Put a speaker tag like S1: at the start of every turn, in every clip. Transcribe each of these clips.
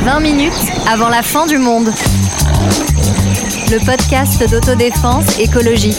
S1: 20 minutes avant la fin du monde. Le podcast d'autodéfense écologique.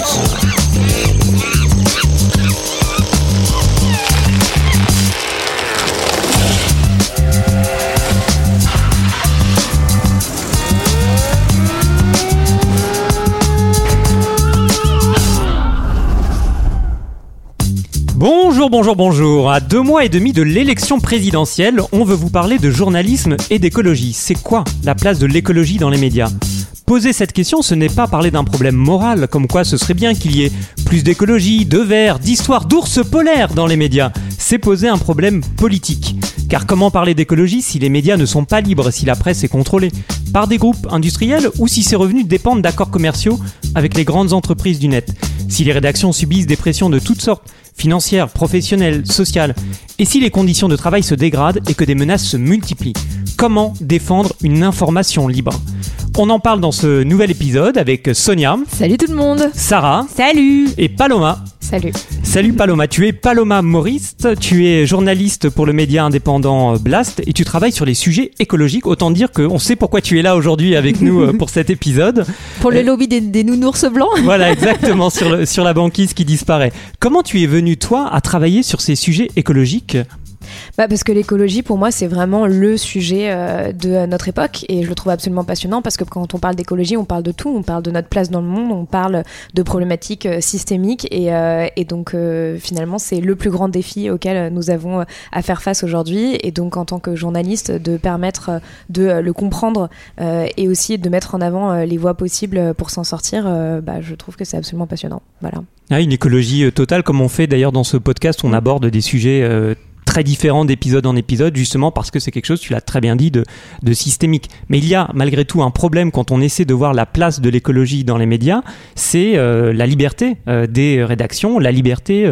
S2: Bonjour. À 2 mois et demi de l'élection présidentielle, on veut vous parler de journalisme et d'écologie. C'est quoi la place de l'écologie dans les médias ? Poser cette question, ce n'est pas parler d'un problème moral, comme quoi ce serait bien qu'il y ait plus d'écologie, de verre, d'histoire d'ours polaires dans les médias. C'est poser un problème politique. Car comment parler d'écologie si les médias ne sont pas libres, si la presse est contrôlée par des groupes industriels ou si ses revenus dépendent d'accords commerciaux avec les grandes entreprises du net ? Si les rédactions subissent des pressions de toutes sortes, financières, professionnelles, sociales, et si les conditions de travail se dégradent et que des menaces se multiplient, comment défendre une information libre ? On en parle dans ce nouvel épisode avec Sonia.
S3: Salut tout le monde.
S2: Sarah.
S3: Salut.
S2: Et Paloma.
S3: Salut.
S2: Salut Paloma, tu es Paloma Moriste, tu es journaliste pour le média indépendant Blast et tu travailles sur les sujets écologiques. Autant dire qu'on sait pourquoi tu es là aujourd'hui avec nous pour cet épisode.
S3: Pour le lobby des nounours blancs.
S2: Voilà, exactement, sur la banquise qui disparaît. Comment tu es venu, toi, à travailler sur ces sujets écologiques ?
S3: Parce que l'écologie, pour moi, c'est vraiment le sujet de notre époque et je le trouve absolument passionnant parce que quand on parle d'écologie, on parle de tout, on parle de notre place dans le monde, on parle de problématiques systémiques et donc finalement, c'est le plus grand défi auquel nous avons à faire face aujourd'hui et donc en tant que journaliste, de permettre de le comprendre et aussi de mettre en avant les voies possibles pour s'en sortir, je trouve que c'est absolument passionnant. Voilà.
S2: Une écologie totale, comme on fait d'ailleurs dans ce podcast, on aborde des sujets très différents d'épisode en épisode, justement parce que c'est quelque chose, tu l'as très bien dit, de systémique. Mais il y a malgré tout un problème quand on essaie de voir la place de l'écologie dans les médias, c'est la liberté des rédactions, la liberté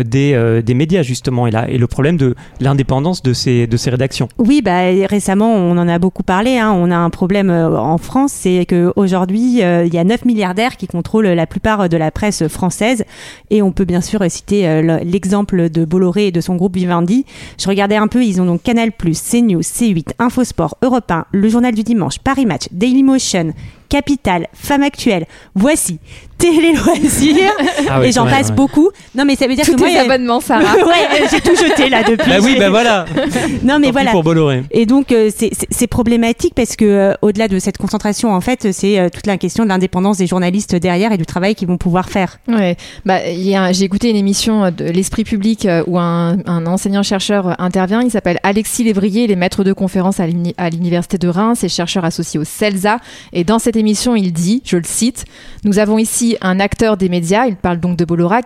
S2: des médias justement, et le problème de l'indépendance de ces rédactions.
S4: Oui, récemment on en a beaucoup parlé, on a un problème en France, c'est qu'aujourd'hui il y a 9 milliardaires qui contrôlent la plupart de la presse française et on peut bien sûr citer l'exemple de Bolloré et de son groupe Vivendi. Je regardais un peu, ils ont donc Canal+, CNews, C8, Infosport, Europe 1, Le Journal du Dimanche, Paris Match, Dailymotion, Capital, Femme Actuelle, Voici, Télé Loisirs, et j'en passe beaucoup. Non, mais ça veut dire
S3: tous
S4: que moi...
S3: Tous tes abonnements, Sarah.
S4: Ouais, j'ai tout jeté là depuis.
S2: Voilà.
S4: Non, mais voilà.
S2: Pour Bolloré.
S4: Et donc, c'est problématique parce que au-delà de cette concentration, en fait, c'est toute la question de l'indépendance des journalistes derrière et du travail qu'ils vont pouvoir faire.
S3: Ouais. J'ai écouté une émission de l'Esprit Public où un enseignant-chercheur intervient. Il s'appelle Alexis Lévrier. Il est maître de conférence à l'Université de Reims et chercheur associé au CELSA. Et dans cette émission, il dit, je le cite, « Nous avons ici un acteur des médias, il parle donc de Bolloré,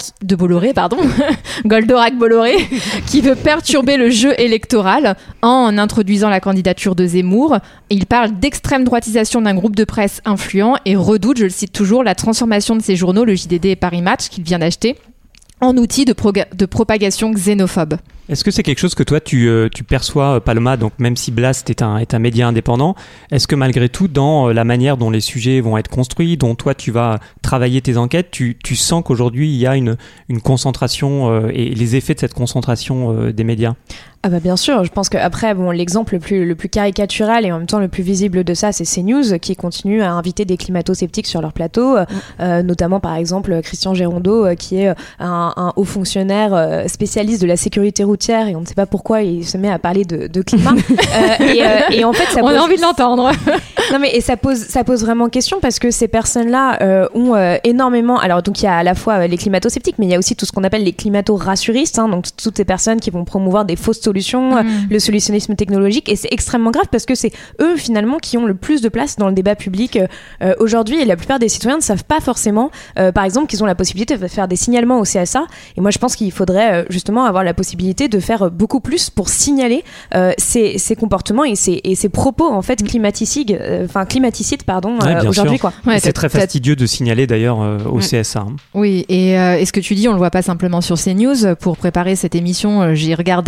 S3: Goldorak Bolloré, qui veut perturber le jeu électoral en introduisant la candidature de Zemmour. Il parle d'extrême droitisation d'un groupe de presse influent et redoute, je le cite toujours, la transformation de ses journaux, le JDD et Paris Match, qu'il vient d'acheter, en outil de propagation xénophobe. »
S2: Est-ce que c'est quelque chose que toi tu perçois, Paloma, donc même si Blast est un média indépendant, est-ce que malgré tout dans la manière dont les sujets vont être construits, dont toi tu vas travailler tes enquêtes, tu sens qu'aujourd'hui il y a une concentration et les effets de cette concentration des médias ?
S3: Bien sûr, je pense qu'après, l'exemple le plus caricatural et en même temps le plus visible de ça, c'est CNews qui continue à inviter des climato-sceptiques sur leur plateau, notamment par exemple Christian Gérondeau qui est un haut fonctionnaire spécialiste de la sécurité routière et on ne sait pas pourquoi il se met à parler de climat et en fait ça pose...
S4: On a envie de l'entendre.
S3: Non mais et ça pose vraiment question parce que ces personnes-là ont énormément, alors donc il y a à la fois les climato-sceptiques mais il y a aussi tout ce qu'on appelle les climato-rassuristes, donc toutes ces personnes qui vont promouvoir des fausses solutions, le solutionnisme technologique, et c'est extrêmement grave parce que c'est eux finalement qui ont le plus de place dans le débat public aujourd'hui, et la plupart des citoyens ne savent pas forcément par exemple qu'ils ont la possibilité de faire des signalements au CSA, et moi je pense qu'il faudrait justement avoir la possibilité de faire beaucoup plus pour signaler ces comportements et ces propos en fait climaticides aujourd'hui quoi.
S2: Ouais, c'est très fastidieux de signaler d'ailleurs au CSA.
S3: Oui, et ce que tu dis on le voit pas simplement sur CNews. Pour préparer cette émission, j'ai regardé pas mal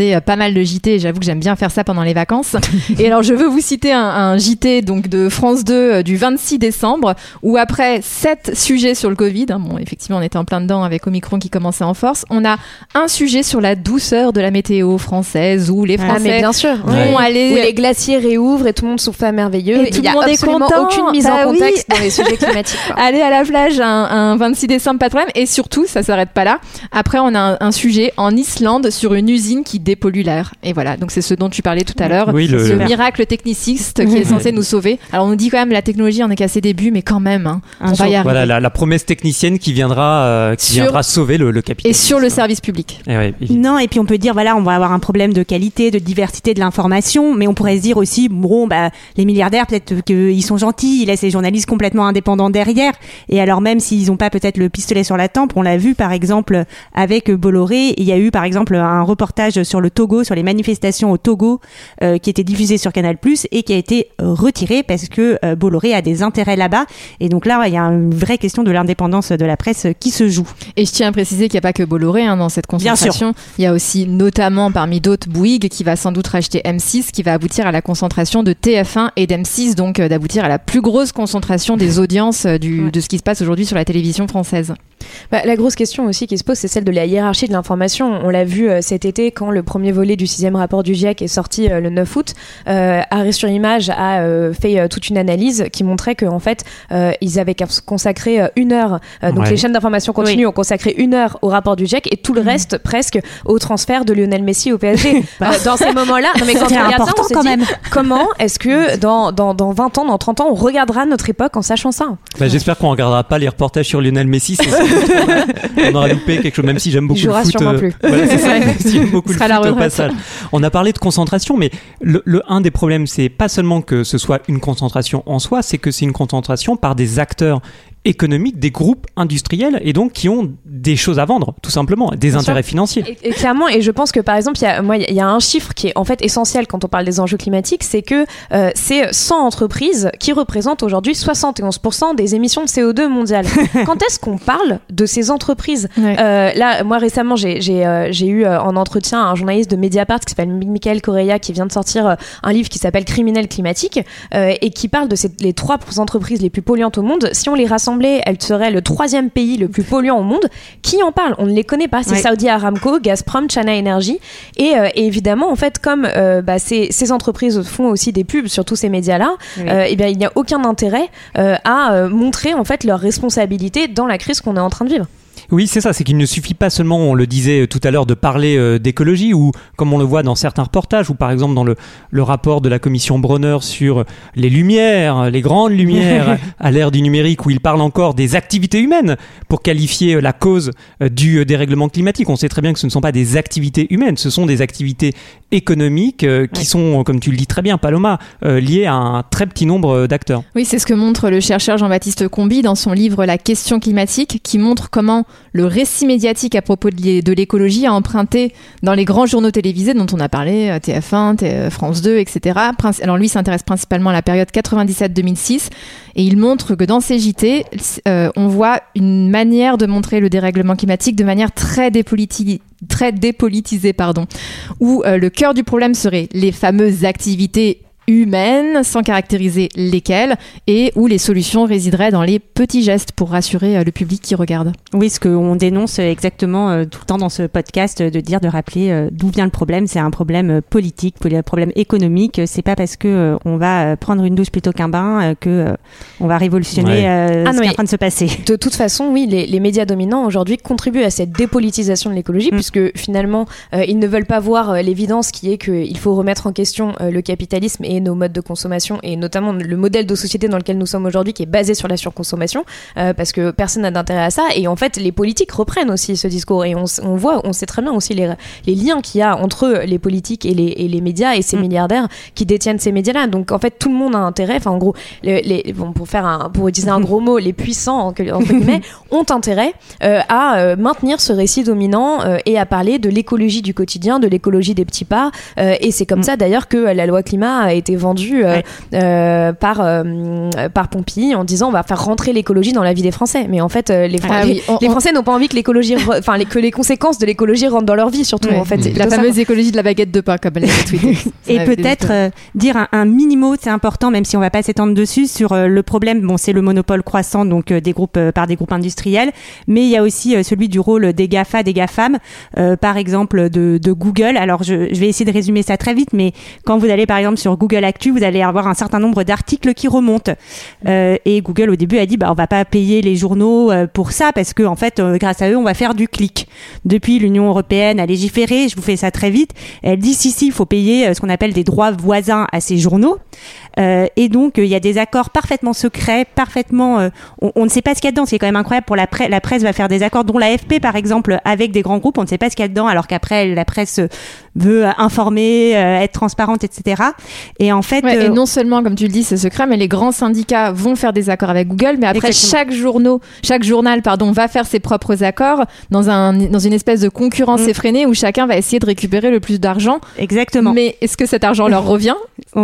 S5: mal de JT et j'avoue que j'aime bien faire ça pendant les vacances. Et alors je veux vous citer un JT donc de France 2 du 26 décembre où après 7 sujets sur le Covid, bon effectivement on était en plein dedans avec Omicron qui commençait en force, on a un sujet sur la douceur de la météo française où les Français
S3: mais bien sûr,
S5: vont aller...
S3: Où les glaciers réouvrent et tout le monde souffle à merveilleux.
S5: Et tout
S3: il y a
S5: le monde est
S3: absolument
S5: content.
S3: aucune mise en contexte dans les sujets climatiques.
S5: Aller à la plage un 26 décembre, pas de problème. Et surtout, ça s'arrête pas là. Après, on a un sujet en Islande sur une usine qui dépollue l'air. Et voilà, donc c'est ce dont tu parlais tout à l'heure.
S2: Oui,
S5: le miracle techniciste qui est censé nous sauver. Alors on nous dit quand même la technologie, on est qu'à ses débuts, mais quand même, on va y arriver.
S2: Voilà, la promesse technicienne qui viendra sauver le capitalisme.
S5: Et sur le service public.
S4: Non, et puis on peut dire, voilà, on va avoir un problème de qualité, de diversité de l'information, mais on pourrait se dire aussi, bon, les milliardaires, peut-être qu'ils sont gentils, ils laissent les journalistes complètement indépendants derrière, et alors même s'ils n'ont pas peut-être le pistolet sur la tempe, on l'a vu par exemple avec Bolloré, il y a eu par exemple un reportage sur le Togo, sur les manifestations au Togo, qui était diffusé sur Canal+, et qui a été retiré parce que Bolloré a des intérêts là-bas, et donc là, il y a une vraie question de l'indépendance de la presse qui se joue.
S5: Et je tiens à préciser qu'il n'y a pas que Bolloré dans cette concentration, il y a aussi notamment parmi d'autres Bouygues qui va sans doute racheter M6, qui va aboutir à la concentration de TF1 et d'M6, donc d'aboutir à la plus grosse concentration des audiences de ce qui se passe aujourd'hui sur la télévision française.
S3: La grosse question aussi qui se pose, c'est celle de la hiérarchie de l'information. On l'a vu cet été quand le premier volet du 6e rapport du GIEC est sorti le 9 août. Arrêt sur Image a fait toute une analyse qui montrait qu'en fait, ils avaient consacré 1 heure. Donc les chaînes d'information continue ont consacré 1 heure au rapport du GIEC et tout le reste presque au transfert de Lionel Messi au PSG. Dans ces moments-là, non mais quand on regarde ça, on se dit comment est-ce que dans 20 ans, dans 30 ans, on regardera notre époque en sachant ça?
S2: J'espère qu'on ne regardera pas les reportages sur Lionel Messi. On aura loupé quelque chose, même si j'aime beaucoup le foot.
S3: Sûrement plus.
S2: Voilà, c'est ça. J'aime beaucoup le foot au passage. On a parlé de concentration, mais un des problèmes, c'est pas seulement que ce soit une concentration en soi, c'est que c'est une concentration par des acteurs économiques, des groupes industriels et donc qui ont des choses à vendre, tout simplement, des intérêts financiers.
S3: Et clairement, et je pense que par exemple, il y a un chiffre qui est en fait essentiel quand on parle des enjeux climatiques, c'est que c'est 100 entreprises qui représentent aujourd'hui 71% des émissions de CO2 mondiales. Quand est-ce qu'on parle de ces entreprises? Là, moi récemment, j'ai eu en entretien un journaliste de Mediapart qui s'appelle Michael Correia qui vient de sortir un livre qui s'appelle Criminel climatique et qui parle de les 3 entreprises les plus polluantes au monde. Si on les rassemble, elle serait le 3e pays le plus polluant au monde. Qui en parle? On ne les connaît pas. C'est Saudi Aramco, Gazprom, China Energy. Et évidemment, en fait, comme ces entreprises font aussi des pubs sur tous ces médias-là, il n'y a aucun intérêt à montrer en fait leur responsabilité dans la crise qu'on est en train de vivre.
S2: Oui, c'est ça, c'est qu'il ne suffit pas seulement, on le disait tout à l'heure, de parler d'écologie ou comme on le voit dans certains reportages ou par exemple dans le rapport de la commission Bronner sur les lumières, les grandes lumières à l'ère du numérique où il parle encore des activités humaines pour qualifier la cause du dérèglement climatique. On sait très bien que ce ne sont pas des activités humaines, ce sont des activités économiques qui sont, comme tu le dis très bien Paloma, liées à un très petit nombre d'acteurs.
S5: Oui, c'est ce que montre le chercheur Jean-Baptiste Combi dans son livre La question climatique qui montre comment le récit médiatique à propos de l'écologie a emprunté dans les grands journaux télévisés dont on a parlé, TF1, France 2, etc. Alors lui s'intéresse principalement à la période 97-2006 et il montre que dans ces JT, on voit une manière de montrer le dérèglement climatique de manière très dépolitisée, où le cœur du problème serait les fameuses activités humaines, sans caractériser lesquelles, et où les solutions résideraient dans les petits gestes pour rassurer le public qui regarde.
S4: Oui, ce qu'on dénonce exactement tout le temps dans ce podcast, de rappeler d'où vient le problème. C'est un problème politique, un problème économique. C'est pas parce que on va prendre une douche plutôt qu'un bain que on va révolutionner ce qui est en train de se passer.
S3: De toute façon, oui, les médias dominants aujourd'hui contribuent à cette dépolitisation de l'écologie, puisque finalement, ils ne veulent pas voir l'évidence qui est qu'il faut remettre en question le capitalisme et nos modes de consommation et notamment le modèle de société dans lequel nous sommes aujourd'hui qui est basé sur la surconsommation parce que personne n'a d'intérêt à ça et en fait les politiques reprennent aussi ce discours et on sait très bien aussi les liens qu'il y a entre les politiques et les médias et ces milliardaires qui détiennent ces médias-là, donc en fait tout le monde a intérêt, enfin en gros pour utiliser un gros mot, les puissants entre guillemets ont intérêt à maintenir ce récit dominant et à parler de l'écologie du quotidien, de l'écologie des petits pas et c'est comme ça d'ailleurs que la loi climat a été vendu par Pompili en disant on va faire rentrer l'écologie dans la vie des Français. Mais en fait, les Français n'ont pas envie que l'écologie, que les conséquences de l'écologie rentrent dans leur vie, surtout. En fait,
S5: la fameuse écologie de la baguette de pain, comme elle a tweeté.
S4: Et peut-être dire un mini-mot, c'est important, même si on va pas s'étendre dessus, sur le problème. Bon, c'est le monopole croissant, donc par des groupes industriels, mais il y a aussi celui du rôle des GAFA, des GAFAM, par exemple de Google. Alors, je vais essayer de résumer ça très vite, mais quand vous allez par exemple sur Google Actu, vous allez avoir un certain nombre d'articles qui remontent. Et Google au début a dit on va pas payer les journaux pour ça parce que en fait grâce à eux on va faire du clic. Depuis l'Union européenne a légiféré, je vous fais ça très vite. Elle dit si il faut payer ce qu'on appelle des droits voisins à ces journaux. Et donc il y a des accords parfaitement secrets, parfaitement on ne sait pas ce qu'il y a dedans. C'est quand même incroyable pour la presse va faire des accords dont l'AFP par exemple avec des grands groupes, on ne sait pas ce qu'il y a dedans alors qu'après la presse veut informer, être transparente, etc. Et en fait,
S5: et non seulement comme tu le dis c'est secret, mais les grands syndicats vont faire des accords avec Google, mais après chaque journal va faire ses propres accords dans une espèce de concurrence effrénée où chacun va essayer de récupérer le plus d'argent.
S4: Exactement.
S5: Mais est-ce que cet argent leur revient?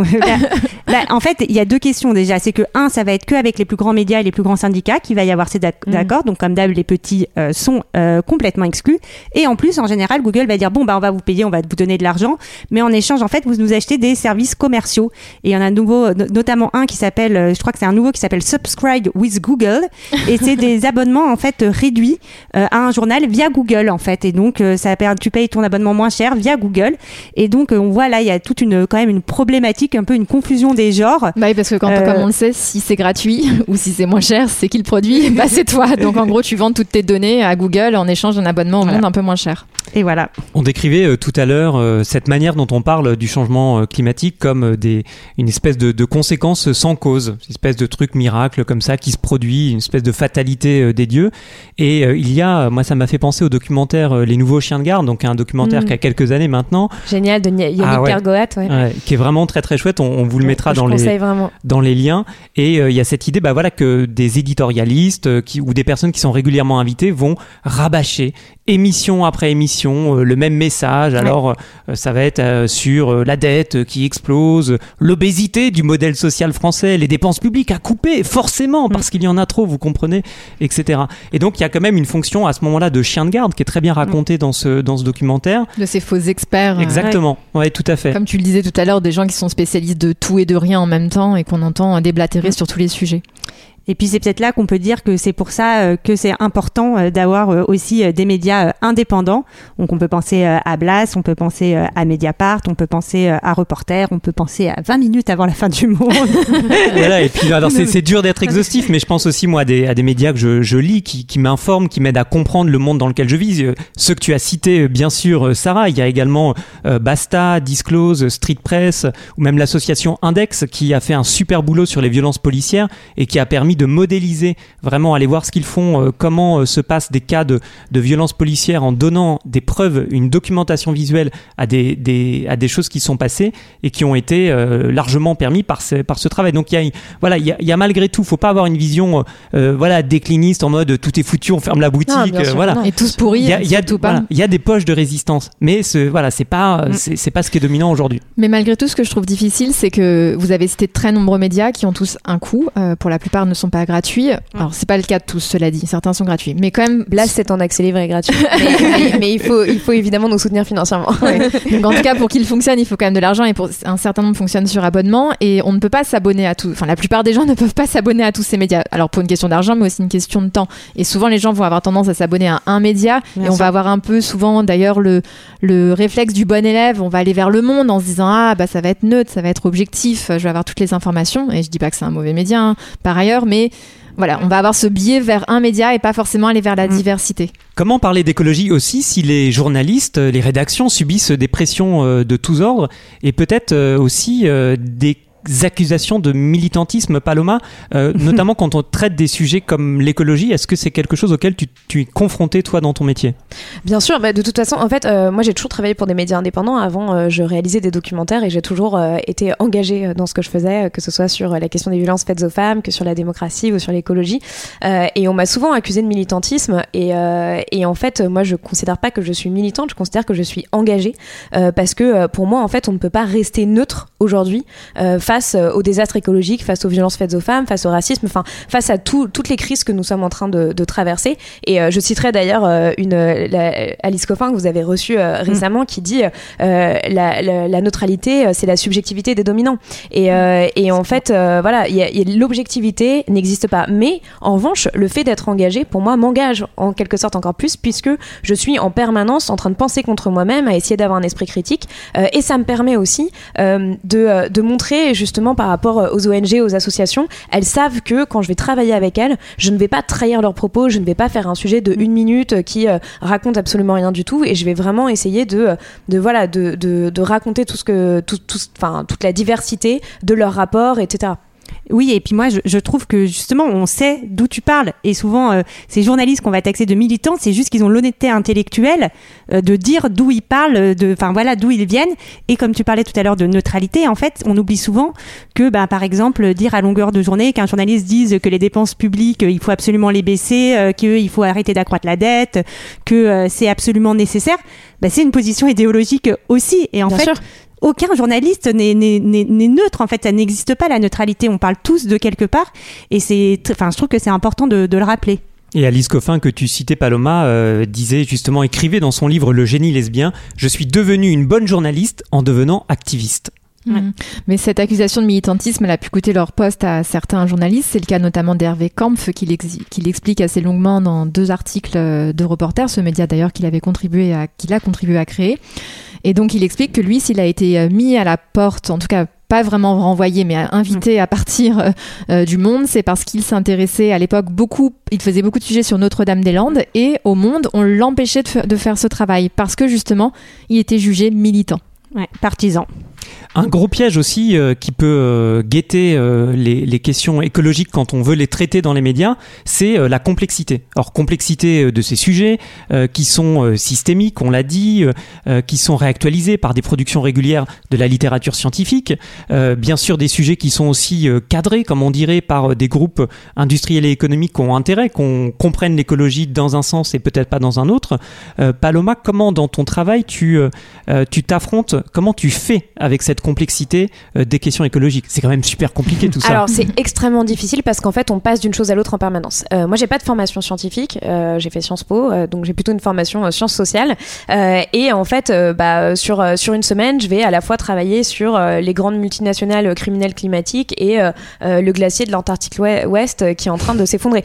S4: En fait, il y a deux questions déjà. C'est que ça va être qu'avec les plus grands médias et les plus grands syndicats qu'il va y avoir ces accords. Donc comme d'hab, les petits sont complètement exclus. Et en plus, en général, Google va dire on va vous payer, on va vous donner de l'argent, mais en échange, en fait, vous nous achetez des services commerciaux. Et il y en a notamment un qui s'appelle, je crois que c'est un nouveau qui s'appelle Subscribe with Google. Et c'est des abonnements en fait réduits à un journal via Google en fait. Et donc tu payes ton abonnement moins cher via Google. Et donc on voit là, il y a quand même une problématique, un peu une confusion des genres.
S5: Bah oui, parce que comme on le sait, si c'est gratuit ou si c'est moins cher, c'est qui le produit? C'est toi. Donc en gros, tu vends toutes tes données à Google en échange d'un abonnement au monde un peu moins cher.
S4: Et voilà.
S2: On décrivait tout à l'heure cette manière dont on parle du changement climatique comme une espèce de conséquence sans cause, une espèce de truc miracle comme ça qui se produit, une espèce de fatalité des dieux. Et moi ça m'a fait penser au documentaire Les Nouveaux Chiens de Garde, donc un documentaire qui a quelques années maintenant.
S3: Génial, de Yannick Kergoat,
S2: qui est vraiment très très chouette. On vous le mettra dans les liens. Et il y a cette idée que des éditorialistes ou des personnes qui sont régulièrement invitées vont rabâcher émission après émission le même message. Alors ça va être sur la dette qui explose, l'obésité du modèle social français, les dépenses publiques à couper forcément parce qu'il y en a trop, vous comprenez, etc. Et donc il y a quand même une fonction à ce moment-là de chien de garde qui est très bien racontée dans ce documentaire.
S5: De ces faux experts.
S2: Exactement, ouais, tout à fait.
S5: Comme tu le disais tout à l'heure, des gens qui sont spécialistes de tout et de rien en même temps et qu'on entend déblatérer sur tous les sujets.
S4: Et puis c'est peut-être là qu'on peut dire que c'est pour ça que c'est important d'avoir aussi des médias indépendants. Donc on peut penser à Blast, on peut penser à Mediapart, on peut penser à Reporter, on peut penser à 20 minutes avant la fin du monde.
S2: Voilà, et puis alors c'est dur d'être exhaustif, mais je pense aussi moi à des médias que je lis qui m'informent, qui m'aident à comprendre le monde dans lequel je vis. Ceux que tu as cités, bien sûr, Sarah, il y a également Basta, Disclose, Street Press, ou même l'association Index qui a fait un super boulot sur les violences policières et qui a permis de modéliser, vraiment aller voir ce qu'ils font, comment se passent des cas de violences policières en donnant des preuves, une documentation visuelle à des choses qui sont passées et qui ont été largement permis par ce travail. Donc il y a malgré tout, faut pas avoir une vision décliniste en mode tout est foutu, on ferme la boutique,
S5: et tous pourris.
S2: Il y a des poches de résistance, mais c'est pas ce qui est dominant aujourd'hui.
S5: Mais malgré tout, ce que je trouve difficile, c'est que vous avez cité de très nombreux médias qui ont tous un coût. Pour la plupart, ne sont pas gratuits. Alors c'est pas le cas de tous, cela dit, certains sont gratuits, mais quand même
S3: Blast c'est en accès libre et gratuit. mais il faut évidemment nous soutenir financièrement.
S5: Donc en tout cas pour qu'il fonctionne il faut quand même de l'argent, et pour un certain nombre fonctionnent sur abonnement, et on ne peut pas s'abonner à tout, la plupart des gens ne peuvent pas s'abonner à tous ces médias, alors pour une question d'argent mais aussi une question de temps, et souvent les gens vont avoir tendance à s'abonner à un média. Bien et on va avoir un peu souvent d'ailleurs le réflexe du bon élève, on va aller vers Le Monde en se disant ça va être neutre, ça va être objectif, je vais avoir toutes les informations, et je dis pas que c'est un mauvais média par ailleurs, mais voilà, on va avoir ce biais vers un média et pas forcément aller vers la diversité.
S2: Comment parler d'écologie aussi si les journalistes, les rédactions subissent des pressions de tous ordres, et peut-être aussi des accusations de militantisme, Paloma, notamment quand on traite des sujets comme l'écologie? Est-ce que c'est quelque chose auquel tu es confronté toi dans ton métier?
S3: Bien sûr, de toute façon en fait moi j'ai toujours travaillé pour des médias indépendants. Avant je réalisais des documentaires et j'ai toujours été engagée dans ce que je faisais, que ce soit sur la question des violences faites aux femmes, que sur la démocratie ou sur l'écologie, et on m'a souvent accusée de militantisme, et en fait moi je considère pas que je suis militante, je considère que je suis engagée, parce que pour moi en fait on ne peut pas rester neutre aujourd'hui face aux désastres écologiques, face aux violences faites aux femmes, face au racisme, enfin face à toutes les crises que nous sommes en train de traverser. Et je citerai d'ailleurs Alice Coffin que vous avez reçue récemment qui dit la neutralité c'est la subjectivité des dominants. Et en fait voilà, l'objectivité n'existe pas. Mais en revanche, le fait d'être engagé pour moi m'engage en quelque sorte encore plus, puisque je suis en permanence en train de penser contre moi-même, à essayer d'avoir un esprit critique, et ça me permet aussi de montrer justement par rapport aux ONG, aux associations, elles savent que quand je vais travailler avec elles, je ne vais pas trahir leurs propos, je ne vais pas faire un sujet de 1 minute qui raconte absolument rien du tout, et je vais vraiment essayer de raconter toute la diversité de leurs rapports, etc.
S4: Oui, et puis moi, je trouve que justement, on sait d'où tu parles. Et souvent, ces journalistes qu'on va taxer de militants, c'est juste qu'ils ont l'honnêteté intellectuelle de dire d'où ils parlent, d'où ils viennent. Et comme tu parlais tout à l'heure de neutralité, en fait, on oublie souvent que, par exemple, dire à longueur de journée qu'un journaliste dise que les dépenses publiques, il faut absolument les baisser, qu'il faut arrêter d'accroître la dette, que c'est absolument nécessaire, c'est une position idéologique aussi. Et en fait, aucun journaliste n'est neutre, en fait, ça n'existe pas la neutralité, on parle tous de quelque part, et je trouve que c'est important de le rappeler.
S2: Et Alice Coffin, que tu citais, Paloma, écrivait dans son livre Le génie lesbien, « Je suis devenue une bonne journaliste en devenant activiste ».
S5: Ouais. Mais cette accusation de militantisme, elle a pu coûter leur poste à certains journalistes. C'est le cas notamment d'Hervé Kampf, qui l'explique assez longuement dans 2 articles de Reporter, ce média d'ailleurs qu'il a contribué à créer. Et donc il explique que lui, s'il a été mis à la porte, en tout cas pas vraiment renvoyé, mais invité à partir du Monde, c'est parce qu'il s'intéressait à l'époque il faisait beaucoup de sujets sur Notre-Dame-des-Landes, et au Monde, on l'empêchait de faire ce travail parce que justement, il était jugé militant.
S4: Ouais, partisan.
S2: Un gros piège aussi qui peut guetter les questions écologiques quand on veut les traiter dans les médias, c'est la complexité. Alors, complexité de ces sujets qui sont systémiques, on l'a dit, qui sont réactualisés par des productions régulières de la littérature scientifique, bien sûr des sujets qui sont aussi cadrés, comme on dirait, par des groupes industriels et économiques qui ont intérêt, qu'on comprenne l'écologie dans un sens et peut-être pas dans un autre. Paloma, comment dans ton travail tu t'affrontes, comment tu fais avec cette complexité des questions écologiques? C'est quand même super compliqué tout ça.
S3: Alors c'est extrêmement difficile parce qu'en fait on passe d'une chose à l'autre en permanence. Moi j'ai pas de formation scientifique, j'ai fait Sciences Po, donc j'ai plutôt une formation sciences sociales, et en fait sur une semaine je vais à la fois travailler sur les grandes multinationales criminelles climatiques et le glacier de l'Antarctique Ouest qui est en train de s'effondrer,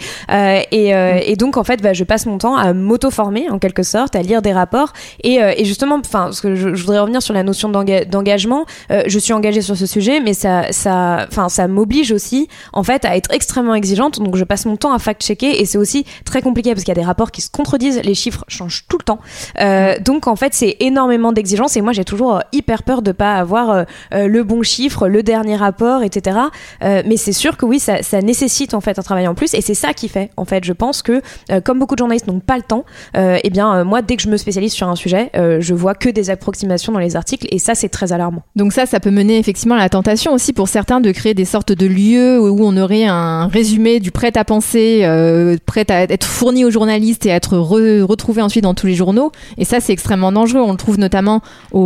S3: et donc en fait je passe mon temps à m'auto-former en quelque sorte, à lire des rapports, et justement parce que je voudrais revenir sur la notion d'engagement. Je suis engagée sur ce sujet, mais ça m'oblige aussi en fait à être extrêmement exigeante, donc je passe mon temps à fact-checker, et c'est aussi très compliqué parce qu'il y a des rapports qui se contredisent, les chiffres changent tout le temps, donc en fait c'est énormément d'exigences, et moi j'ai toujours hyper peur de pas avoir le bon chiffre, le dernier rapport, etc. Mais c'est sûr que oui, ça nécessite en fait un travail en plus, et c'est ça qui fait en fait, je pense que comme beaucoup de journalistes n'ont pas le temps, et bien moi dès que je me spécialise sur un sujet, je vois que des approximations dans les articles, et ça c'est très alarmant.
S5: Donc ça peut mener effectivement à la tentation aussi pour certains de créer des sortes de lieux où on aurait un résumé du prêt à penser, prêt à être fourni aux journalistes et à être retrouvé ensuite dans tous les journaux. Et ça, c'est extrêmement dangereux. On le trouve notamment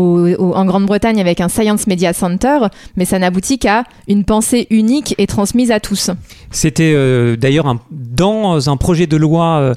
S5: en Grande-Bretagne avec un Science Media Center, mais ça n'aboutit qu'à une pensée unique et transmise à tous.
S2: C'était d'ailleurs dans un projet de loi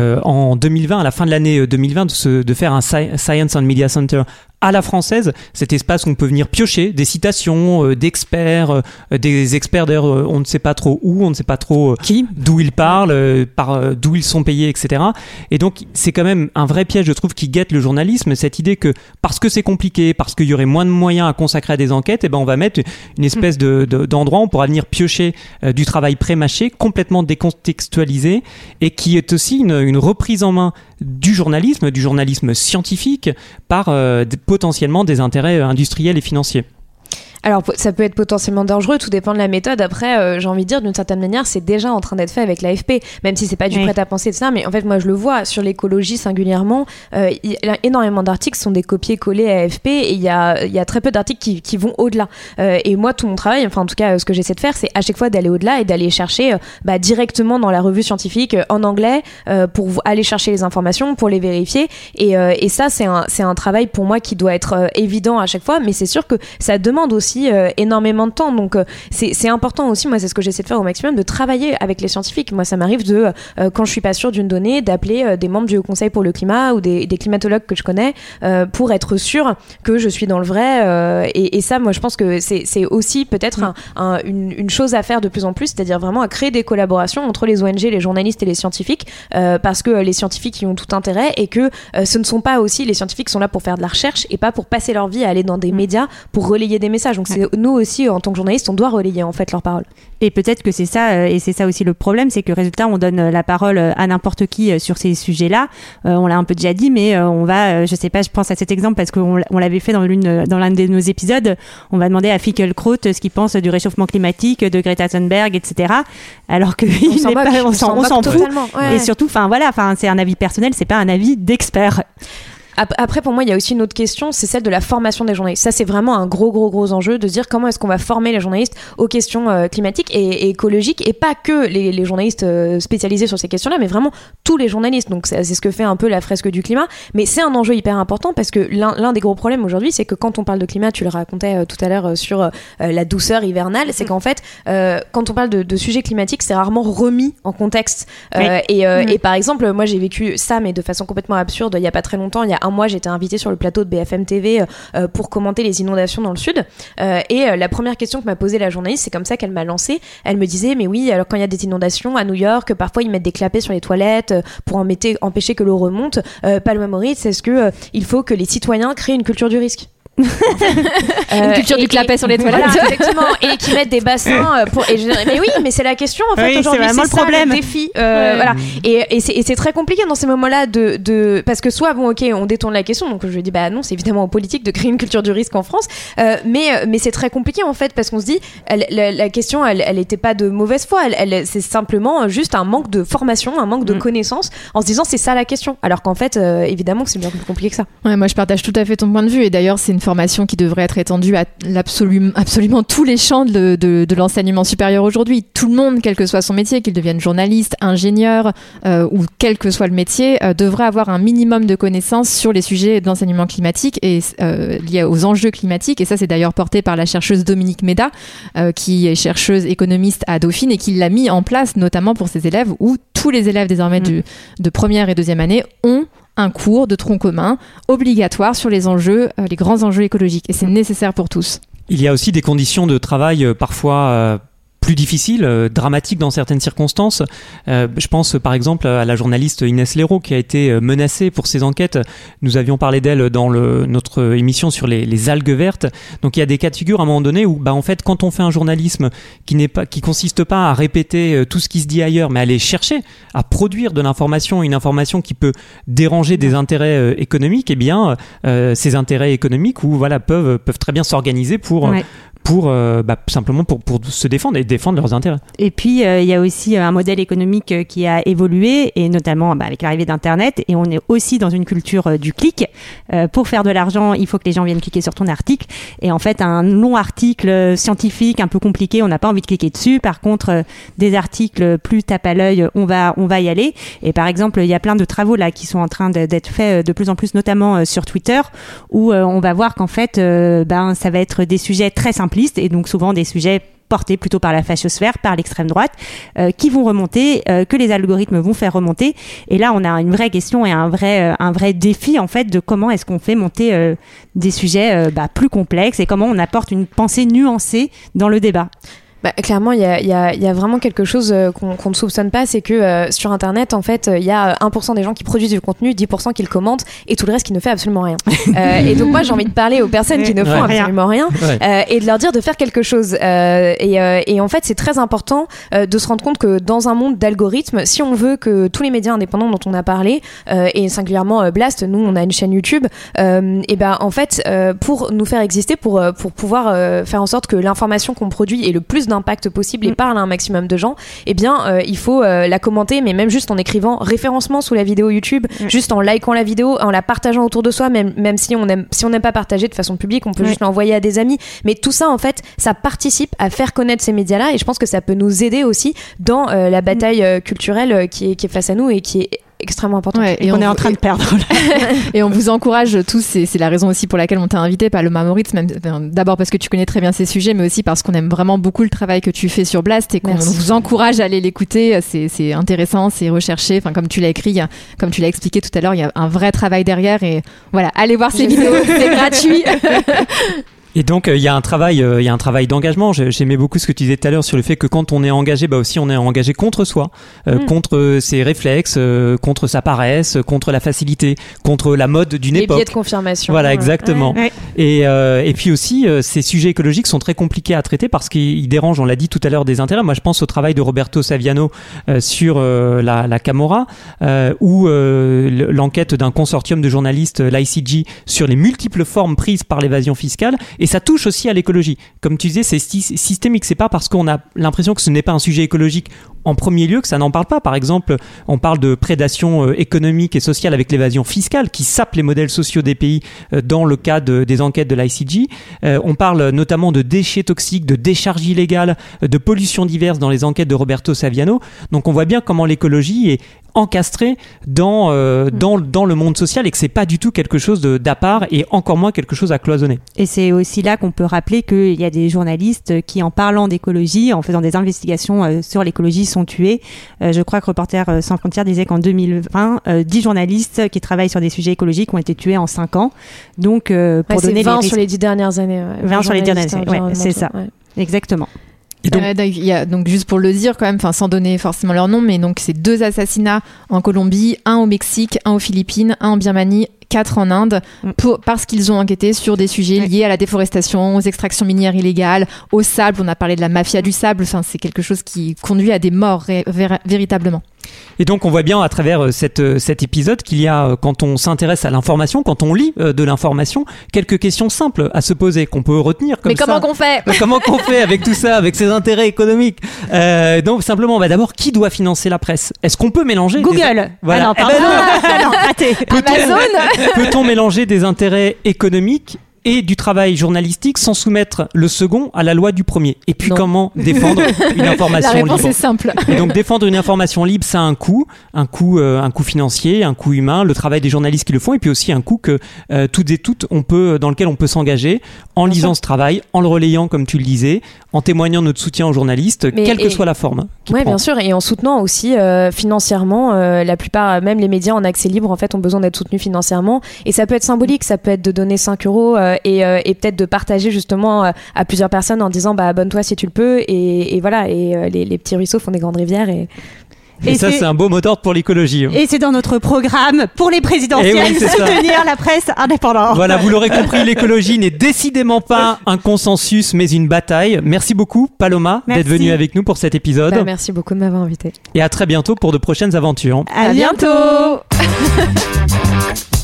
S2: en 2020, à la fin de l'année 2020, de faire un Science and Media Center à la française, cet espace où on peut venir piocher des citations d'experts, des experts d'ailleurs on ne sait pas trop où, on ne sait pas trop qui, d'où ils parlent, d'où ils sont payés, etc. Et donc c'est quand même un vrai piège, je trouve, qui guette le journalisme, cette idée que parce que c'est compliqué, parce qu'il y aurait moins de moyens à consacrer à des enquêtes, et ben on va mettre une espèce d'endroit où on pourra venir piocher du travail pré-mâché, complètement décontextualisé, et qui est aussi une reprise en main du journalisme scientifique par potentiellement des intérêts industriels et financiers.
S3: Alors ça peut être potentiellement dangereux, tout dépend de la méthode. Après, j'ai envie de dire, d'une certaine manière, c'est déjà en train d'être fait avec l'AFP, même si c'est pas du prêt-à-penser de ça. Mais en fait, moi, je le vois sur l'écologie singulièrement. Énormément d'articles sont des copier-coller AFP, et il y a très peu d'articles qui vont au-delà. Et moi, tout mon travail, enfin en tout cas, ce que j'essaie de faire, c'est à chaque fois d'aller au-delà et d'aller chercher directement dans la revue scientifique en anglais pour aller chercher les informations, pour les vérifier. Et ça, c'est un travail pour moi qui doit être évident à chaque fois. Mais c'est sûr que ça demande aussi aussi énormément de temps. Donc c'est important aussi, moi c'est ce que j'essaie de faire au maximum, de travailler avec les scientifiques. Moi ça m'arrive quand je suis pas sûre d'une donnée, d'appeler des membres du Haut Conseil pour le climat ou des climatologues que je connais pour être sûre que je suis dans le vrai. Et ça, moi je pense que c'est aussi peut-être une chose à faire de plus en plus, c'est-à-dire vraiment à créer des collaborations entre les ONG, les journalistes et les scientifiques, parce que les scientifiques y ont tout intérêt, et que ce ne sont pas aussi, les scientifiques sont là pour faire de la recherche et pas pour passer leur vie à aller dans des médias pour relayer des messages. Donc c'est nous aussi, en tant que journalistes, on doit relayer en fait leurs paroles.
S4: Et peut-être que c'est ça, et c'est ça aussi le problème, c'est que résultat, on donne la parole à n'importe qui sur ces sujets-là. On l'a un peu déjà dit, mais on va, je sais pas, je pense à cet exemple parce qu'on l'avait fait dans l'un de nos épisodes. On va demander à Finkielkraut ce qu'il pense du réchauffement climatique, de Greta Thunberg, etc. Alors que on s'en fout. Ouais. Et surtout, c'est un avis personnel, c'est pas un avis d'expert.
S3: Après, pour moi, il y a aussi une autre question, c'est celle de la formation des journalistes. Ça, c'est vraiment un gros enjeu de dire comment est-ce qu'on va former les journalistes aux questions climatiques et écologiques, et pas que les journalistes spécialisés sur ces questions-là, mais vraiment tous les journalistes. Donc, c'est ce que fait un peu la fresque du climat. Mais c'est un enjeu hyper important parce que l'un des gros problèmes aujourd'hui, c'est que quand on parle de climat, tu le racontais tout à l'heure sur la douceur hivernale, c'est qu'en fait, quand on parle de sujets climatiques, c'est rarement remis en contexte. Et par exemple, moi, j'ai vécu ça, mais de façon complètement absurde, il y a pas très longtemps, il y a un mois, j'étais invitée sur le plateau de BFM TV pour commenter les inondations dans le sud. Et la première question que m'a posée la journaliste, c'est comme ça qu'elle m'a lancée. Elle me disait, mais oui, alors quand il y a des inondations à New York, parfois ils mettent des clapets sur les toilettes pour empêcher que l'eau remonte. Paloma Moritz, est-ce que il faut que les citoyens créent une culture du risque ?
S5: Une culture du clapet sur les toilettes.
S3: Voilà, effectivement, et qui mettent des bassins et je dirais, mais oui, mais c'est la question en fait, aujourd'hui, c'est ça le défi. Voilà. Et c'est très compliqué dans ces moments-là parce que soit on détourne la question, donc je lui dis bah non, c'est évidemment en politique de créer une culture du risque en France, mais c'est très compliqué en fait, parce qu'on se dit la question elle était pas de mauvaise foi, c'est simplement juste un manque de formation, un manque de connaissances, en se disant c'est ça la question, alors qu'en fait évidemment que c'est bien plus compliqué que ça.
S5: Ouais, moi je partage tout à fait ton point de vue, et d'ailleurs c'est une formation qui devrait être étendue à absolument tous les champs de l'enseignement supérieur aujourd'hui. Tout le monde, quel que soit son métier, qu'il devienne journaliste, ingénieur ou quel que soit le métier, devrait avoir un minimum de connaissances sur les sujets de l'enseignement climatique et liés aux enjeux climatiques. Et ça, c'est d'ailleurs porté par la chercheuse Dominique Méda, qui est chercheuse économiste à Dauphine et qui l'a mis en place notamment pour ses élèves, où tous les élèves désormais de première et deuxième année ont un cours de tronc commun obligatoire sur les enjeux, les grands enjeux écologiques. Et c'est nécessaire pour tous.
S2: Il y a aussi des conditions de travail parfois plus difficiles, dramatiques dans certaines circonstances. Je pense par exemple à la journaliste Inès Léraud qui a été menacée pour ses enquêtes. Nous avions parlé d'elle dans notre émission sur les algues vertes. Donc il y a des cas de figure à un moment donné où en fait quand on fait un journalisme qui consiste pas à répéter tout ce qui se dit ailleurs, mais à aller chercher à produire de l'information, une information qui peut déranger des intérêts économiques, ces intérêts économiques peuvent très bien s'organiser pour simplement pour se défendre et défendre leurs intérêts.
S4: Et puis il y a aussi un modèle économique qui a évolué, et notamment avec l'arrivée d'Internet, et on est aussi dans une culture du clic. Pour faire de l'argent, il faut que les gens viennent cliquer sur ton article, et en fait un long article scientifique un peu compliqué, on n'a pas envie de cliquer dessus. Par contre des articles plus tape à l'œil, on va y aller. Et par exemple il y a plein de travaux là qui sont en train d'être faits de plus en plus, notamment sur Twitter, où on va voir qu'en fait ça va être des sujets très simplistes, et donc souvent des sujets portés plutôt par la fachosphère, par l'extrême droite, qui vont remonter, que les algorithmes vont faire remonter. Et là, on a une vraie question et un vrai défi en fait de comment est-ce qu'on fait monter des sujets plus complexes, et comment on apporte une pensée nuancée dans le débat.
S3: Clairement, il y a vraiment quelque chose qu'on ne soupçonne pas, c'est que sur Internet, en fait, il y a 1% des gens qui produisent du contenu, 10% qui le commentent, et tout le reste qui ne fait absolument rien. Et donc moi, j'ai envie de parler aux personnes qui ne font absolument rien, et de leur dire de faire quelque chose. Et en fait, c'est très important de se rendre compte que dans un monde d'algorithmes, si on veut que tous les médias indépendants dont on a parlé, et singulièrement Blast, nous, on a une chaîne YouTube, en fait, pour nous faire exister, pour pouvoir faire en sorte que l'information qu'on produit ait le plus d'impact possible et parle à un maximum de gens, il faut la commenter, mais même juste en écrivant référencement sous la vidéo YouTube, juste en likant la vidéo, en la partageant autour de soi, même si on n'aime pas partager de façon publique, on peut juste l'envoyer à des amis. Mais tout ça, en fait, ça participe à faire connaître ces médias-là, et je pense que ça peut nous aider aussi dans la bataille culturelle qui est face à nous, et qui est extrêmement importante.
S5: Ouais,
S4: Et on est en train de perdre.
S5: Et on vous encourage tous, c'est la raison aussi pour laquelle on t'a invité, Paloma Moritz, d'abord parce que tu connais très bien ces sujets, mais aussi parce qu'on aime vraiment beaucoup le travail que tu fais sur Blast et qu'on vous encourage à aller l'écouter. C'est intéressant, c'est recherché. Enfin, comme tu l'as écrit, comme tu l'as expliqué tout à l'heure, il y a un vrai travail derrière. Et voilà, allez voir ces vidéos, c'est gratuit.
S2: Et donc il y a un travail d'engagement. J'aimais beaucoup ce que tu disais tout à l'heure sur le fait que quand on est engagé, aussi on est engagé contre soi, contre ses réflexes, contre sa paresse, contre la facilité, contre la mode d'une époque.
S3: Les biais de confirmation.
S2: Voilà, exactement.
S4: Ouais.
S2: Et puis aussi ces sujets écologiques sont très compliqués à traiter parce qu'ils dérangent, on l'a dit tout à l'heure, des intérêts. Moi je pense au travail de Roberto Saviano sur la Camorra ou l'enquête d'un consortium de journalistes, l'ICG, sur les multiples formes prises par l'évasion fiscale. Et ça touche aussi à l'écologie. Comme tu disais, c'est systémique. C'est pas parce qu'on a l'impression que ce n'est pas un sujet écologique en premier lieu que ça n'en parle pas. Par exemple, on parle de prédation économique et sociale avec l'évasion fiscale qui sape les modèles sociaux des pays dans le cas des enquêtes de l'ICG. On parle notamment de déchets toxiques, de décharges illégales, de pollutions diverses dans les enquêtes de Roberto Saviano. Donc on voit bien comment l'écologie est encastrée dans le monde social et que c'est pas du tout quelque chose d'à part et encore moins quelque chose à cloisonner.
S4: Et c'est aussi là qu'on peut rappeler qu'il y a des journalistes qui, en parlant d'écologie, en faisant des investigations sur l'écologie, sont tués. Je crois que Reporters sans frontières disait qu'en 2020, 10 journalistes qui travaillent sur des sujets écologiques ont été tués en 5 ans. Donc, pour donner
S3: 20
S4: les
S3: sur les 10 dernières années.
S4: 20 sur les 10 dernières années, ouais, c'est ça. Ouais. Exactement.
S2: Et donc,
S5: il y a, donc juste pour le dire quand même, sans donner forcément leur nom, mais donc c'est 2 assassinats en Colombie, un au Mexique, un aux Philippines, un en Birmanie, 4 en Inde, parce qu'ils ont enquêté sur des sujets liés à la déforestation, aux extractions minières illégales, au sable. On a parlé de la mafia du sable. Enfin, c'est quelque chose qui conduit à des morts véritablement.
S2: Et donc on voit bien à travers cet épisode qu'il y a, quand on s'intéresse à l'information, quand on lit de l'information, quelques questions simples à se poser qu'on peut retenir comme ça.
S5: Mais comment qu'on fait ?
S2: Comment qu'on fait avec tout ça, avec ses intérêts économiques Donc simplement, d'abord, qui doit financer la presse ? Est-ce qu'on peut mélanger
S4: Google.
S2: Voilà.
S4: Ah non, pardon. Non, raté.
S5: Amazon.
S2: Peut-on mélanger des intérêts économiques et du travail journalistique sans soumettre le second à la loi du premier? Et puis comment défendre une information libre?
S5: La réponse est simple.
S2: Et donc défendre une information libre, ça a un coût financier, un coût humain, le travail des journalistes qui le font, et puis aussi un coût que toutes et toutes dans lequel on peut s'engager en lisant ce travail, en le relayant comme tu le disais, en témoignant notre soutien aux journalistes, quelle que soit la forme.
S3: Oui, bien sûr, et en soutenant aussi financièrement. La plupart, même les médias en accès libre, en fait, ont besoin d'être soutenus financièrement. Et ça peut être symbolique, ça peut être de donner 5 euros et peut-être de partager justement à plusieurs personnes en disant abonne-toi si tu le peux. Et voilà, et les petits ruisseaux font des grandes rivières.
S2: Et ça, c'est un beau mot d'ordre pour l'écologie.
S4: Et c'est dans notre programme pour les présidentielles, soutenir la presse indépendante.
S2: Voilà, vous l'aurez compris, l'écologie n'est décidément pas un consensus, mais une bataille. Merci beaucoup, Paloma, d'être venue avec nous pour cet épisode.
S3: Merci beaucoup de m'avoir invité.
S2: Et à très bientôt pour de prochaines aventures.
S4: À bientôt.